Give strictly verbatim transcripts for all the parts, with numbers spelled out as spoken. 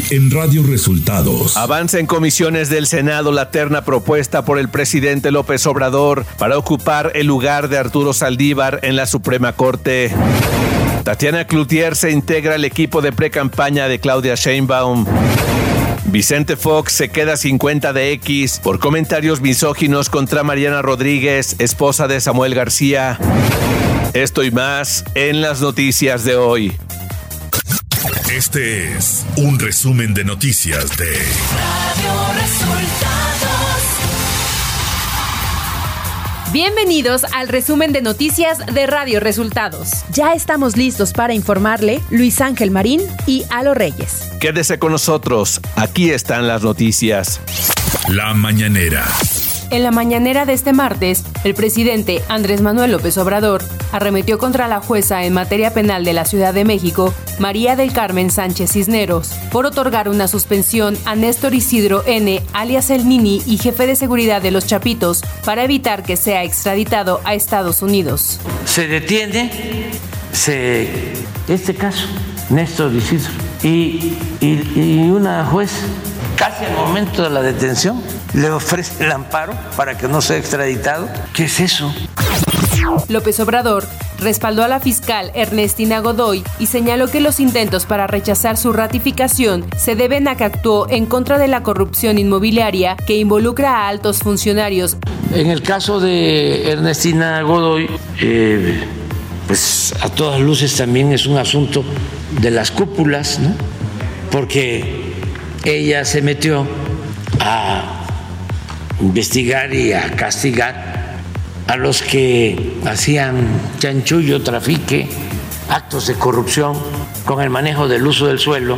en Radio Resultados. Avanza en comisiones del Senado la terna propuesta por el presidente López Obrador para ocupar el lugar de Arturo Saldívar en la Suprema Corte. Tatiana Cloutier se integra al equipo de precampaña de Claudia Sheinbaum. Vicente Fox se queda sin cuenta de X por comentarios misóginos contra Mariana Rodríguez, esposa de Samuel García. Esto y más en las noticias de hoy. Este es un resumen de noticias de Radio Resultados. Bienvenidos al resumen de noticias de Radio Resultados. Ya estamos listos para informarle Luis Ángel Marín y Alo Reyes. Quédese con nosotros, aquí están las noticias. La mañanera. En la mañanera de este martes, el presidente Andrés Manuel López Obrador arremetió contra la jueza en materia penal de la Ciudad de México, María del Carmen Sánchez Cisneros, por otorgar una suspensión a Néstor Isidro N., alias El Nini y jefe de seguridad de Los Chapitos, para evitar que sea extraditado a Estados Unidos. Se detiene se, este caso, Néstor Isidro, y, y, y una juez, casi al momento de la detención, le ofrece el amparo para que no sea extraditado. ¿Qué es eso? López Obrador respaldó a la fiscal Ernestina Godoy y señaló que los intentos para rechazar su ratificación se deben a que actuó en contra de la corrupción inmobiliaria que involucra a altos funcionarios. En el caso de Ernestina Godoy, eh, pues a todas luces también es un asunto de las cúpulas, ¿no? Porque ella se metió a investigar y a castigar a los que hacían chanchullo, trafique, actos de corrupción con el manejo del uso del suelo.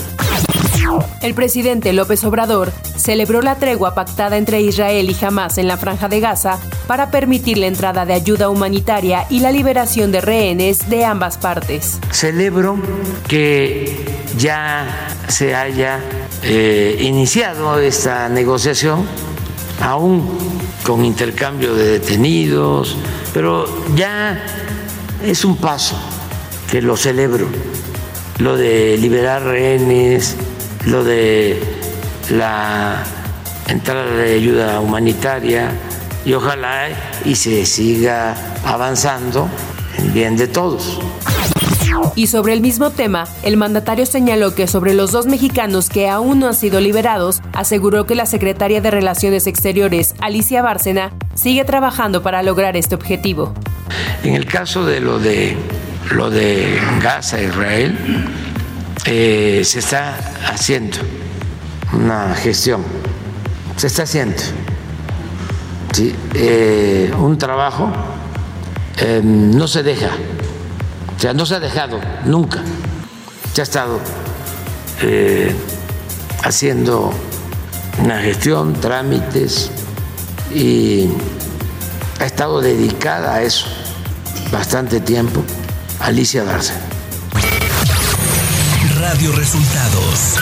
El presidente López Obrador celebró la tregua pactada entre Israel y Hamás en la Franja de Gaza para permitir la entrada de ayuda humanitaria y la liberación de rehenes de ambas partes. Celebro que ya se haya eh, iniciado esta negociación, aún con intercambio de detenidos, pero ya es un paso que lo celebro, lo de liberar rehenes, lo de la entrada de ayuda humanitaria, y ojalá y se siga avanzando en bien de todos. Y sobre el mismo tema, el mandatario señaló que sobre los dos mexicanos que aún no han sido liberados, aseguró que la secretaria de Relaciones Exteriores, Alicia Bárcena, sigue trabajando para lograr este objetivo. En el caso de lo de, lo de Gaza, Israel, eh, se está haciendo una gestión, se está haciendo ¿sí? eh, un trabajo, eh, no se deja. O sea, no se ha dejado nunca, se ha estado eh, haciendo una gestión, trámites, y ha estado dedicada a eso bastante tiempo Alicia Bárcena. Radio Resultados.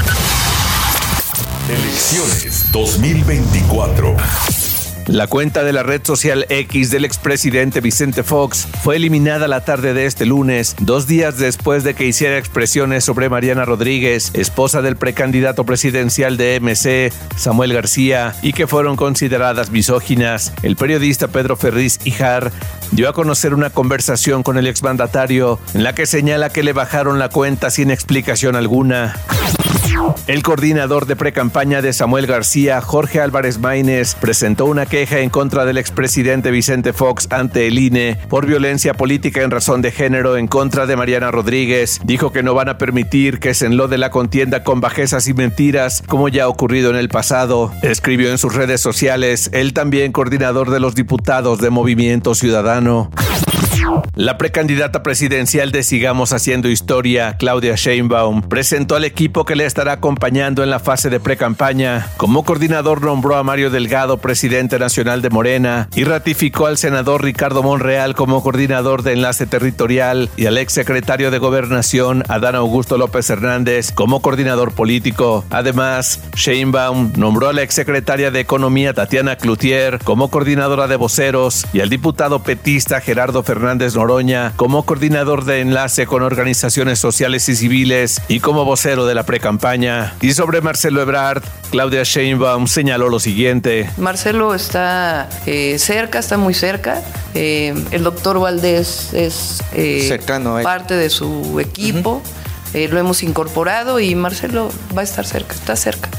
Elecciones dos mil veinticuatro. La cuenta de la red social X del expresidente Vicente Fox fue eliminada la tarde de este lunes, dos días después de que hiciera expresiones sobre Mariana Rodríguez, esposa del precandidato presidencial de M C, Samuel García, y que fueron consideradas misóginas. El periodista Pedro Ferriz Hijar dio a conocer una conversación con el exmandatario en la que señala que le bajaron la cuenta sin explicación alguna. El coordinador de precampaña de Samuel García, Jorge Álvarez Maínez, presentó una queja en contra del expresidente Vicente Fox ante el I N E por violencia política en razón de género en contra de Mariana Rodríguez. Dijo que no van a permitir que se enlode la contienda con bajezas y mentiras, como ya ha ocurrido en el pasado. Escribió en sus redes sociales, él también coordinador de los diputados de Movimiento Ciudadano. La precandidata presidencial de Sigamos Haciendo Historia, Claudia Sheinbaum, presentó al equipo que le estará acompañando en la fase de precampaña. Como coordinador nombró a Mario Delgado, presidente nacional de Morena, y ratificó al senador Ricardo Monreal como coordinador de Enlace Territorial y al exsecretario de Gobernación, Adán Augusto López Hernández, como coordinador político. Además, Sheinbaum nombró a la exsecretaria de Economía, Tatiana Cloutier, como coordinadora de voceros y al diputado petista Gerardo Fernández Hernández Noroña como coordinador de enlace con organizaciones sociales y civiles y como vocero de la precampaña. Y sobre Marcelo Ebrard, Claudia Sheinbaum señaló lo siguiente. Marcelo está eh, cerca, está muy cerca. Eh, el doctor Valdés es eh, cercano, eh. parte de su equipo. Uh-huh. eh, lo hemos incorporado y Marcelo va a estar cerca, está cerca.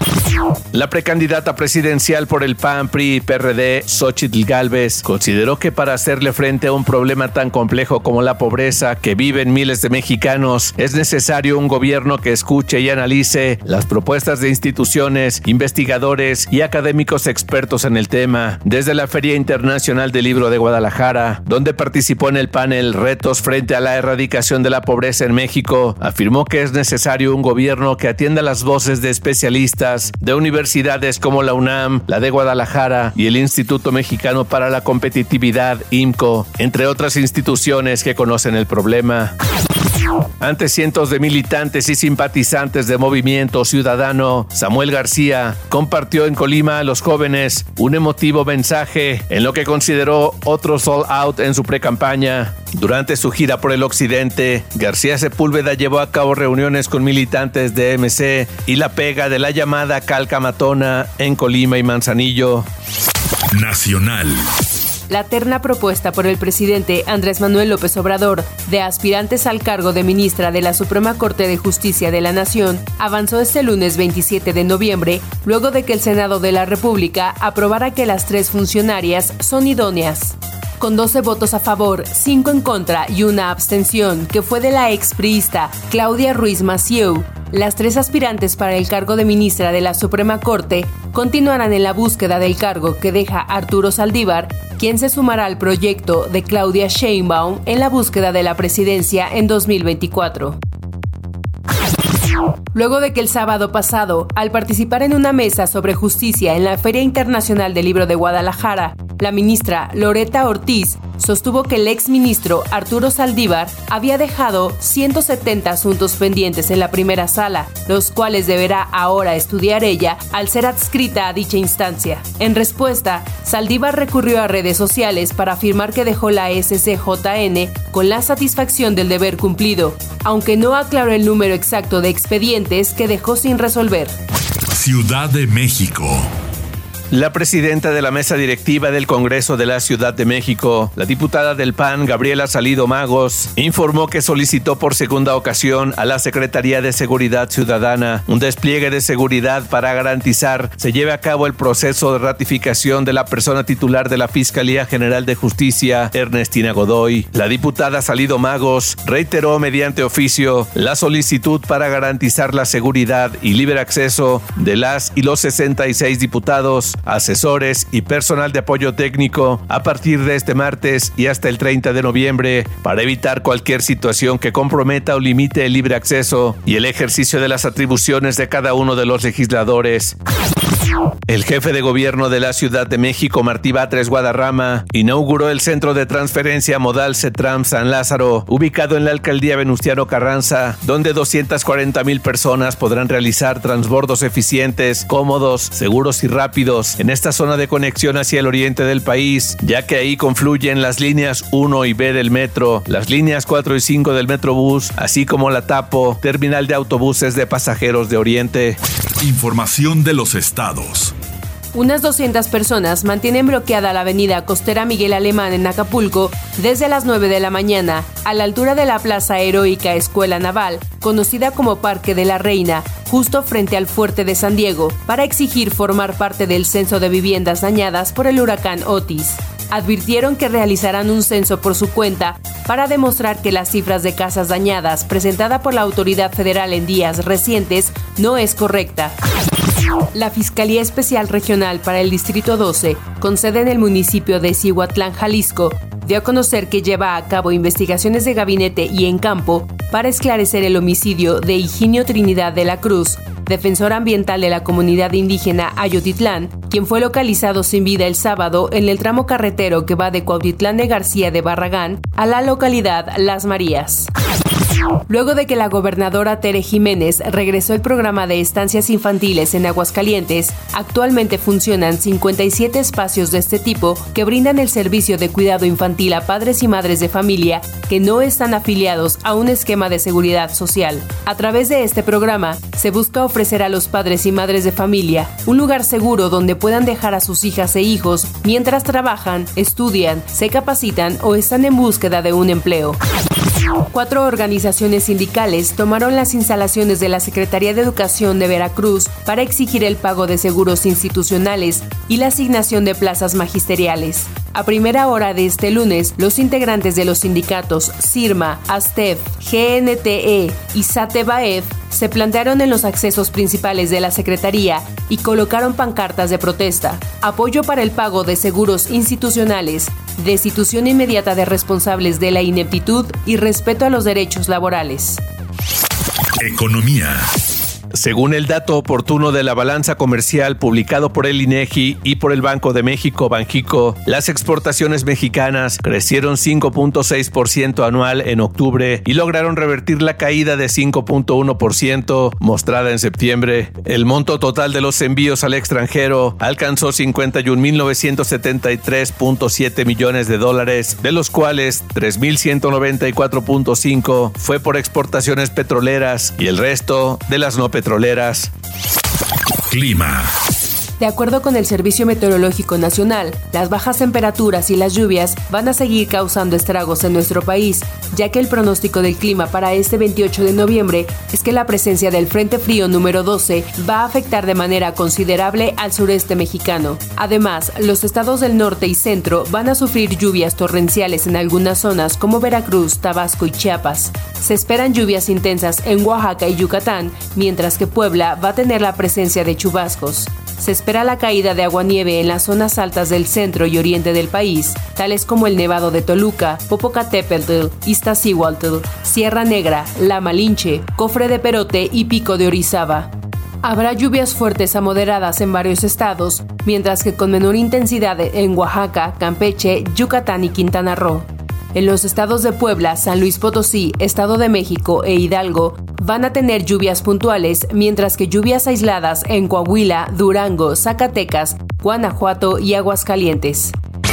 La precandidata presidencial por el P A N, P R I y P R D, Xóchitl Gálvez, consideró que para hacerle frente a un problema tan complejo como la pobreza que viven miles de mexicanos, es necesario un gobierno que escuche y analice las propuestas de instituciones, investigadores y académicos expertos en el tema. Desde la Feria Internacional del Libro de Guadalajara, donde participó en el panel Retos frente a la erradicación de la pobreza en México, afirmó que es necesario un gobierno que atienda las voces de especialistas de universidades como la UNAM, la de Guadalajara y el Instituto Mexicano para la Competitividad, I M C O, entre otras instituciones que conocen el problema. Ante cientos de militantes y simpatizantes de Movimiento Ciudadano, Samuel García compartió en Colima a los jóvenes un emotivo mensaje en lo que consideró otro sold out en su precampaña. Durante su gira por el occidente, García Sepúlveda llevó a cabo reuniones con militantes de M C y la pega de la llamada Calca Matona en Colima y Manzanillo. Nacional. La terna propuesta por el presidente Andrés Manuel López Obrador de aspirantes al cargo de ministra de la Suprema Corte de Justicia de la Nación avanzó este lunes veintisiete de noviembre, luego de que el Senado de la República aprobara que las tres funcionarias son idóneas. Con doce votos a favor, cinco en contra y una abstención, que fue de la expriista Claudia Ruiz Massieu, las tres aspirantes para el cargo de ministra de la Suprema Corte continuarán en la búsqueda del cargo que deja Arturo Saldívar, quien se sumará al proyecto de Claudia Sheinbaum en la búsqueda de la presidencia en dos mil veinticuatro. Luego de que el sábado pasado, al participar en una mesa sobre justicia en la Feria Internacional del Libro de Guadalajara, la ministra Loreta Ortiz sostuvo que el exministro Arturo Saldívar había dejado ciento setenta asuntos pendientes en la primera sala, los cuales deberá ahora estudiar ella al ser adscrita a dicha instancia. En respuesta, Saldívar recurrió a redes sociales para afirmar que dejó la S C J N con la satisfacción del deber cumplido, aunque no aclaró el número exacto de expedientes que dejó sin resolver. Ciudad de México. La presidenta de la mesa directiva del Congreso de la Ciudad de México, la diputada del P A N, Gabriela Salido Magos, informó que solicitó por segunda ocasión a la Secretaría de Seguridad Ciudadana un despliegue de seguridad para garantizar se lleve a cabo el proceso de ratificación de la persona titular de la Fiscalía General de Justicia, Ernestina Godoy. La diputada Salido Magos reiteró mediante oficio la solicitud para garantizar la seguridad y libre acceso de las y los sesenta y seis diputados, asesores y personal de apoyo técnico a partir de este martes y hasta el treinta de noviembre para evitar cualquier situación que comprometa o limite el libre acceso y el ejercicio de las atribuciones de cada uno de los legisladores. El jefe de gobierno de la Ciudad de México, Martí Batres Guadarrama, inauguró el Centro de Transferencia Modal CETRAM San Lázaro, ubicado en la alcaldía Venustiano Carranza, donde doscientas cuarenta mil personas podrán realizar transbordos eficientes, cómodos, seguros y rápidos en esta zona de conexión hacia el oriente del país, ya que ahí confluyen las líneas uno y B del metro, las líneas cuatro y cinco del Metrobús, así como la TAPO, terminal de autobuses de pasajeros de Oriente. Información de los estados. Unas doscientas personas mantienen bloqueada la avenida costera Miguel Alemán en Acapulco desde las nueve de la mañana, a la altura de la Plaza Heroica Escuela Naval, conocida como Parque de la Reina, justo frente al fuerte de San Diego, para exigir formar parte del censo de viviendas dañadas por el huracán Otis. Advirtieron que realizarán un censo por su cuenta para demostrar que las cifras de casas dañadas presentada por la autoridad federal en días recientes no es correcta. La Fiscalía Especial Regional para el Distrito doce, con sede en el municipio de Cihuatlán, Jalisco, dio a conocer que lleva a cabo investigaciones de gabinete y en campo para esclarecer el homicidio de Higinio Trinidad de la Cruz, defensor ambiental de la comunidad indígena Ayotitlán, quien fue localizado sin vida el sábado en el tramo carretero que va de Cuautitlán de García de Barragán a la localidad Las Marías. Luego de que la gobernadora Tere Jiménez regresó el programa de estancias infantiles en Aguascalientes, actualmente funcionan cincuenta y siete espacios de este tipo que brindan el servicio de cuidado infantil a padres y madres de familia que no están afiliados a un esquema de seguridad social. A través de este programa, se busca ofrecer a los padres y madres de familia un lugar seguro donde puedan dejar a sus hijas e hijos mientras trabajan, estudian, se capacitan o están en búsqueda de un empleo. Cuatro organizaciones sindicales tomaron las instalaciones de la Secretaría de Educación de Veracruz para exigir el pago de seguros institucionales y la asignación de plazas magisteriales. A primera hora de este lunes, los integrantes de los sindicatos SIRMA, ASTEF, G N T E y SATEBAEF se plantearon en los accesos principales de la Secretaría y colocaron pancartas de protesta, apoyo para el pago de seguros institucionales, destitución inmediata de responsables de la ineptitud y respeto a los derechos laborales. Economía. Según el dato oportuno de la balanza comercial publicado por el INEGI y por el Banco de México, Banjico, las exportaciones mexicanas crecieron cinco punto seis por ciento anual en octubre y lograron revertir la caída de cinco punto uno por ciento mostrada en septiembre. El monto total de los envíos al extranjero alcanzó cincuenta y un mil novecientos setenta y tres punto siete millones de dólares, de los cuales tres mil ciento noventa y cuatro punto cinco fue por exportaciones petroleras y el resto de las no petroleras. petroleras. Clima. De acuerdo con el Servicio Meteorológico Nacional, las bajas temperaturas y las lluvias van a seguir causando estragos en nuestro país, ya que el pronóstico del clima para este veintiocho de noviembre es que la presencia del Frente Frío número doce va a afectar de manera considerable al sureste mexicano. Además, los estados del norte y centro van a sufrir lluvias torrenciales en algunas zonas como Veracruz, Tabasco y Chiapas. Se esperan lluvias intensas en Oaxaca y Yucatán, mientras que Puebla va a tener la presencia de chubascos. Se espera la caída de aguanieve en las zonas altas del centro y oriente del país, tales como el Nevado de Toluca, Popocatépetl, Iztaccíhuatl, Sierra Negra, La Malinche, Cofre de Perote y Pico de Orizaba. Habrá lluvias fuertes a moderadas en varios estados, mientras que con menor intensidad en Oaxaca, Campeche, Yucatán y Quintana Roo. En los estados de Puebla, San Luis Potosí, Estado de México e Hidalgo van a tener lluvias puntuales, mientras que lluvias aisladas en Coahuila, Durango, Zacatecas, Guanajuato y Aguascalientes.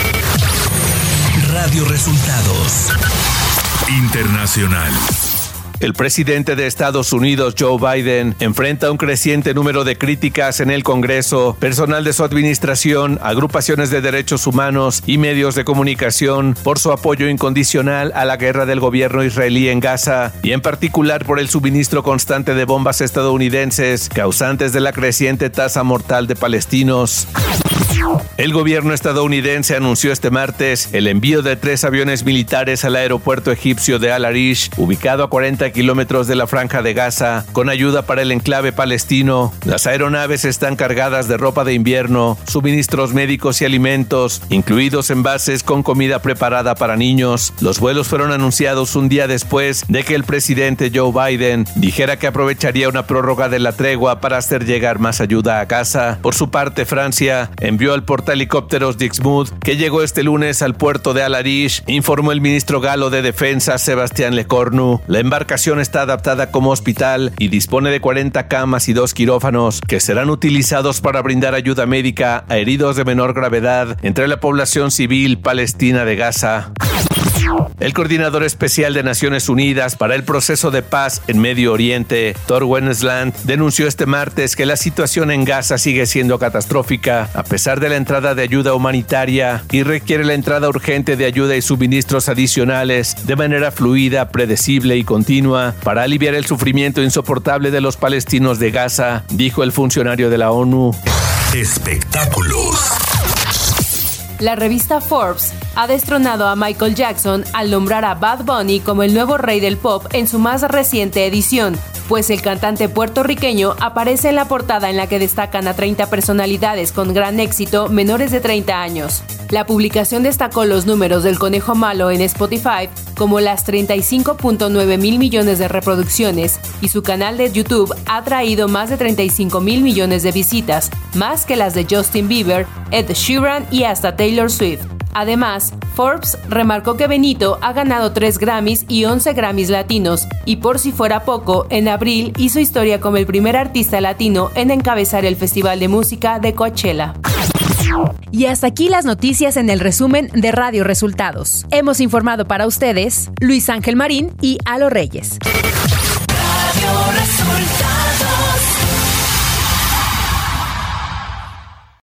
Radio Resultados Internacional. El presidente de Estados Unidos, Joe Biden, enfrenta un creciente número de críticas en el Congreso, personal de su administración, agrupaciones de derechos humanos y medios de comunicación por su apoyo incondicional a la guerra del gobierno israelí en Gaza y en particular por el suministro constante de bombas estadounidenses causantes de la creciente tasa mortal de palestinos. El gobierno estadounidense anunció este martes el envío de tres aviones militares al aeropuerto egipcio de Al-Arish, ubicado a cuarenta kilómetros de la Franja de Gaza, con ayuda para el enclave palestino. Las aeronaves están cargadas de ropa de invierno, suministros médicos y alimentos, incluidos envases con comida preparada para niños. Los vuelos fueron anunciados un día después de que el presidente Joe Biden dijera que aprovecharía una prórroga de la tregua para hacer llegar más ayuda a Gaza. Por su parte, Francia envió al portahelicópteros Dixmude, que llegó este lunes al puerto de Al-Arish, informó el ministro galo de Defensa, Sebastián Lecornu. La embarcación está adaptada como hospital y dispone de cuarenta camas y dos quirófanos que serán utilizados para brindar ayuda médica a heridos de menor gravedad entre la población civil palestina de Gaza. El coordinador especial de Naciones Unidas para el proceso de paz en Medio Oriente, Tor Wennesland, denunció este martes que la situación en Gaza sigue siendo catastrófica a pesar de la entrada de ayuda humanitaria y requiere la entrada urgente de ayuda y suministros adicionales de manera fluida, predecible y continua para aliviar el sufrimiento insoportable de los palestinos de Gaza, dijo el funcionario de la ONU. Espectáculos. La revista Forbes ha destronado a Michael Jackson al nombrar a Bad Bunny como el nuevo rey del pop en su más reciente edición, pues el cantante puertorriqueño aparece en la portada en la que destacan a treinta personalidades con gran éxito menores de treinta años. La publicación destacó los números del Conejo Malo en Spotify, como las treinta y cinco punto nueve mil millones de reproducciones, y su canal de YouTube ha traído más de treinta y cinco mil millones de visitas, más que las de Justin Bieber, Ed Sheeran y hasta Taylor Swift. Además, Forbes remarcó que Benito ha ganado tres Grammys y once Grammys latinos, y por si fuera poco, en abril hizo historia como el primer artista latino en encabezar el Festival de Música de Coachella. Y hasta aquí las noticias en el resumen de Radio Resultados. Hemos informado para ustedes Luis Ángel Marín y Alo Reyes. Radio Resultados.